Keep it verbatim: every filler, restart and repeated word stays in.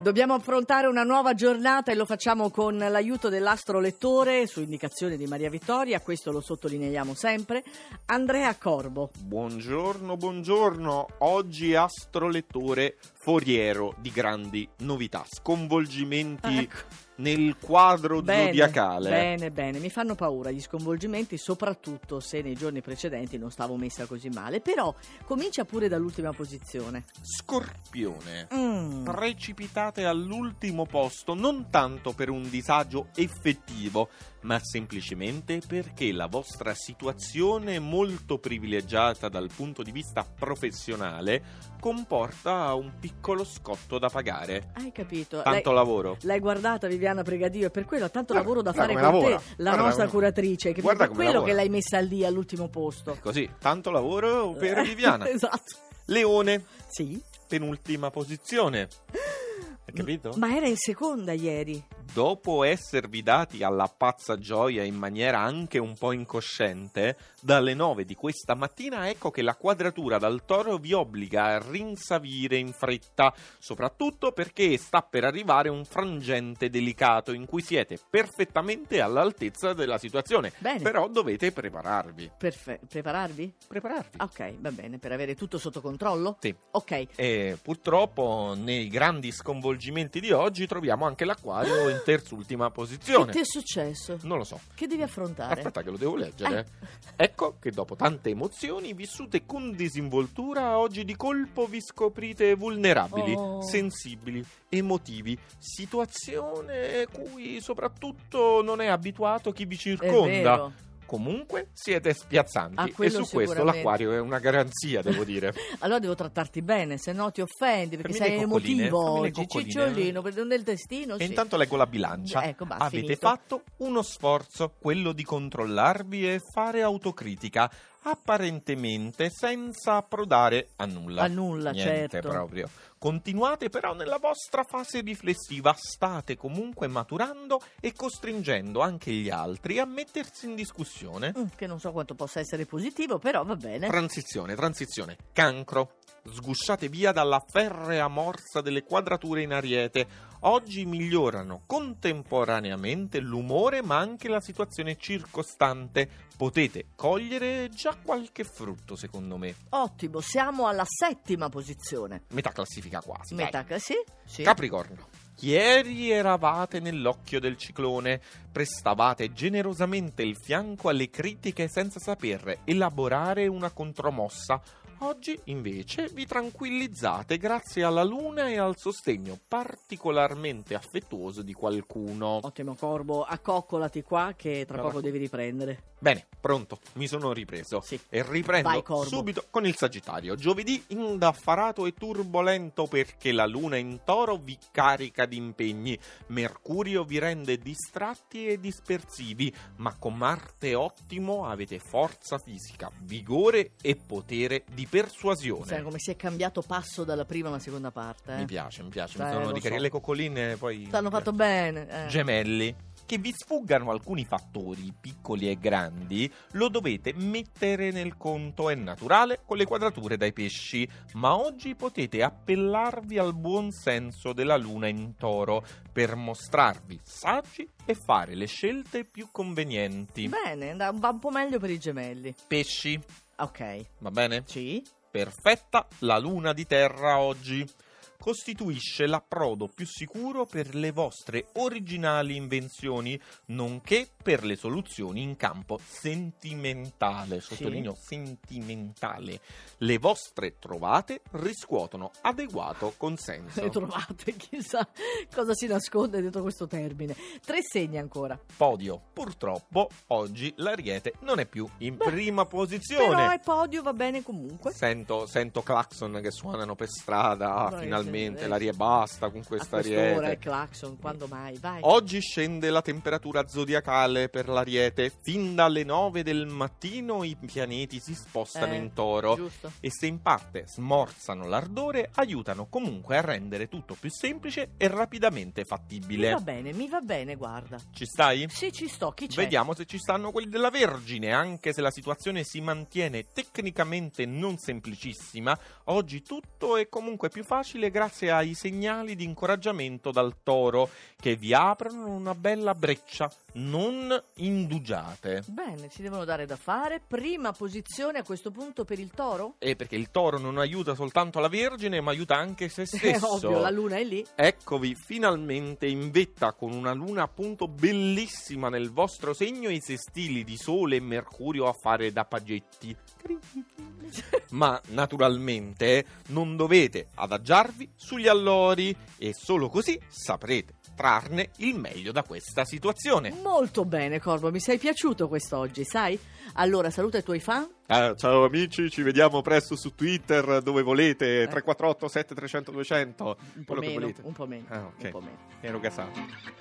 Dobbiamo affrontare una nuova giornata e lo facciamo con l'aiuto dell'astrolettore, su indicazione di Maria Vittoria, questo lo sottolineiamo sempre, Andrea Corbo. Buongiorno, buongiorno. Oggi astrolettore foriero di grandi novità, sconvolgimenti Ecco. nel quadro Bene, zodiacale. Bene, bene, mi fanno paura gli sconvolgimenti, soprattutto se nei giorni precedenti non stavo messa così male, però comincia pure dall'ultima posizione. Scorpione. Mm. Precipitate all'ultimo posto non tanto per un disagio effettivo, ma semplicemente perché la vostra situazione molto privilegiata dal punto di vista professionale comporta un piccolo scotto da pagare. Hai capito? Tanto Lei- lavoro. L'hai guardata Viviana Pregadio, e per quello ha tanto Guarda, lavoro da guarda fare come con lavora. te, la Guarda nostra come- curatrice, che guarda per come quello lavora. che l'hai messa lì all'ultimo posto. Così, tanto lavoro per Viviana. Esatto. Leone, Sì. penultima posizione. Hai capito? Ma era in seconda ieri. Dopo esservi dati alla pazza gioia in maniera anche un po' incosciente, dalle nove di questa mattina ecco che la quadratura dal Toro vi obbliga a rinsavire in fretta, soprattutto perché sta per arrivare un frangente delicato in cui siete perfettamente all'altezza della situazione. Bene. Però dovete prepararvi. Perfe- prepararvi? Prepararvi. Ok, va bene, per avere tutto sotto controllo? Sì. Ok. E purtroppo nei grandi sconvolgimenti di oggi troviamo anche l'Acquario in terzultima Che posizione. ti è successo? Non lo so. Che devi affrontare? Aspetta che lo devo leggere. Ecco che dopo tante emozioni vissute con disinvoltura, oggi di colpo vi scoprite vulnerabili, Oh. sensibili, emotivi, situazione cui soprattutto non è abituato chi vi È circonda. vero. Comunque siete spiazzanti Ah, e quello su questo sicuramente. l'Acquario è una garanzia, devo dire. Allora devo trattarti bene, se no ti offendi, perché Fammi le sei coccoline, emotivo fammi le oggi, coccoline. cicciolino, per- nel testino, E sì. intanto leggo la bilancia. Ecco, basta, Avete finito. fatto uno sforzo, quello di controllarvi e fare autocritica, apparentemente senza approdare a nulla. A nulla, Niente certo. proprio. Continuate però nella vostra fase riflessiva, state comunque maturando e costringendo anche gli altri a mettersi in discussione. Mm, che non so quanto possa essere positivo, però va bene. Transizione, transizione. Cancro. Sgusciate via dalla ferrea morsa delle quadrature in Ariete. Oggi migliorano contemporaneamente l'umore ma anche la situazione circostante. Potete cogliere già qualche frutto, secondo me. Ottimo, siamo alla settima posizione. Metà classifica quasi. dai. Metà, sì? Sì. Capricorno. Ieri eravate nell'occhio del ciclone, prestavate generosamente il fianco alle critiche senza saper elaborare una contromossa. Oggi, invece, vi tranquillizzate grazie alla luna e al sostegno particolarmente affettuoso di qualcuno. Ottimo Corbo, accoccolati qua che tra Guarda poco qui. devi riprendere. Bene, pronto, mi sono ripreso. Sì. E riprendo Vai, Corbo. subito con il Sagittario. Giovedì indaffarato e turbolento perché la luna in Toro vi carica di impegni. Mercurio vi rende distratti e dispersivi, ma con Marte ottimo avete forza fisica, vigore e potere di persuasione. Sai come si è cambiato passo dalla prima alla seconda parte, eh? Mi piace, mi piace, Eh, mi sono lo di carri- so. le coccoline poi... T'hanno fatto bene. eh. Gemelli. Che vi sfuggano alcuni fattori, piccoli e grandi, lo dovete mettere nel conto, è naturale con le quadrature dai pesci, ma oggi potete appellarvi al buon senso della luna in Toro per mostrarvi saggi e fare le scelte più convenienti. Bene, da- va un po' meglio per i gemelli. Pesci, Ok, va bene? sì. Perfetta la luna di terra oggi. Costituisce l'approdo più sicuro per le vostre originali invenzioni, nonché per le soluzioni in campo sentimentale, sottolineo sentimentale. Le vostre trovate riscuotono adeguato consenso. Le trovate, chissà cosa si nasconde dietro questo termine. Tre segni ancora. Podio. Purtroppo oggi l'Ariete non è più in Beh, prima posizione. Però il podio va bene comunque. Sento, sento clacson che suonano per strada, ah, Vai, finalmente, sì, l'aria basta con A questa quest'ora Ariete. il clacson, quando mai? Vai. Oggi scende la temperatura zodiacale per l'Ariete. Fin dalle nove del mattino i pianeti si spostano Eh, in Toro. Giusto. E se in parte smorzano l'ardore, aiutano comunque a rendere tutto più semplice e rapidamente Mi fattibile. va bene, mi va bene, guarda. Ci stai? Sì, ci sto, chi c'è? Vediamo se ci stanno quelli della Vergine, anche se la situazione si mantiene tecnicamente non semplicissima. Oggi tutto è comunque più facile grazie grazie ai segnali di incoraggiamento dal toro che vi aprono una bella breccia. Non indugiate. Bene, si devono dare da fare. Prima posizione a questo punto per il toro? E perché il toro non aiuta soltanto la Vergine, ma aiuta anche se È stesso. ovvio, la luna è lì. Eccovi finalmente in vetta con una luna appunto bellissima nel vostro segno e i sestili di Sole e Mercurio a fare da paggetti. Ma naturalmente non dovete adagiarvi sugli allori e solo così saprete trarne il meglio da questa situazione. Molto bene, Corbo, mi sei piaciuto quest'oggi, sai? Allora, saluta i tuoi fan. Ah, ciao amici, ci vediamo presto su Twitter, dove volete, Eh. tre quattro otto sette tre zero zero due zero zero. Un po' quello che meno, volete. un po' meno, Ah, ok. un po' meno. Ero gasato.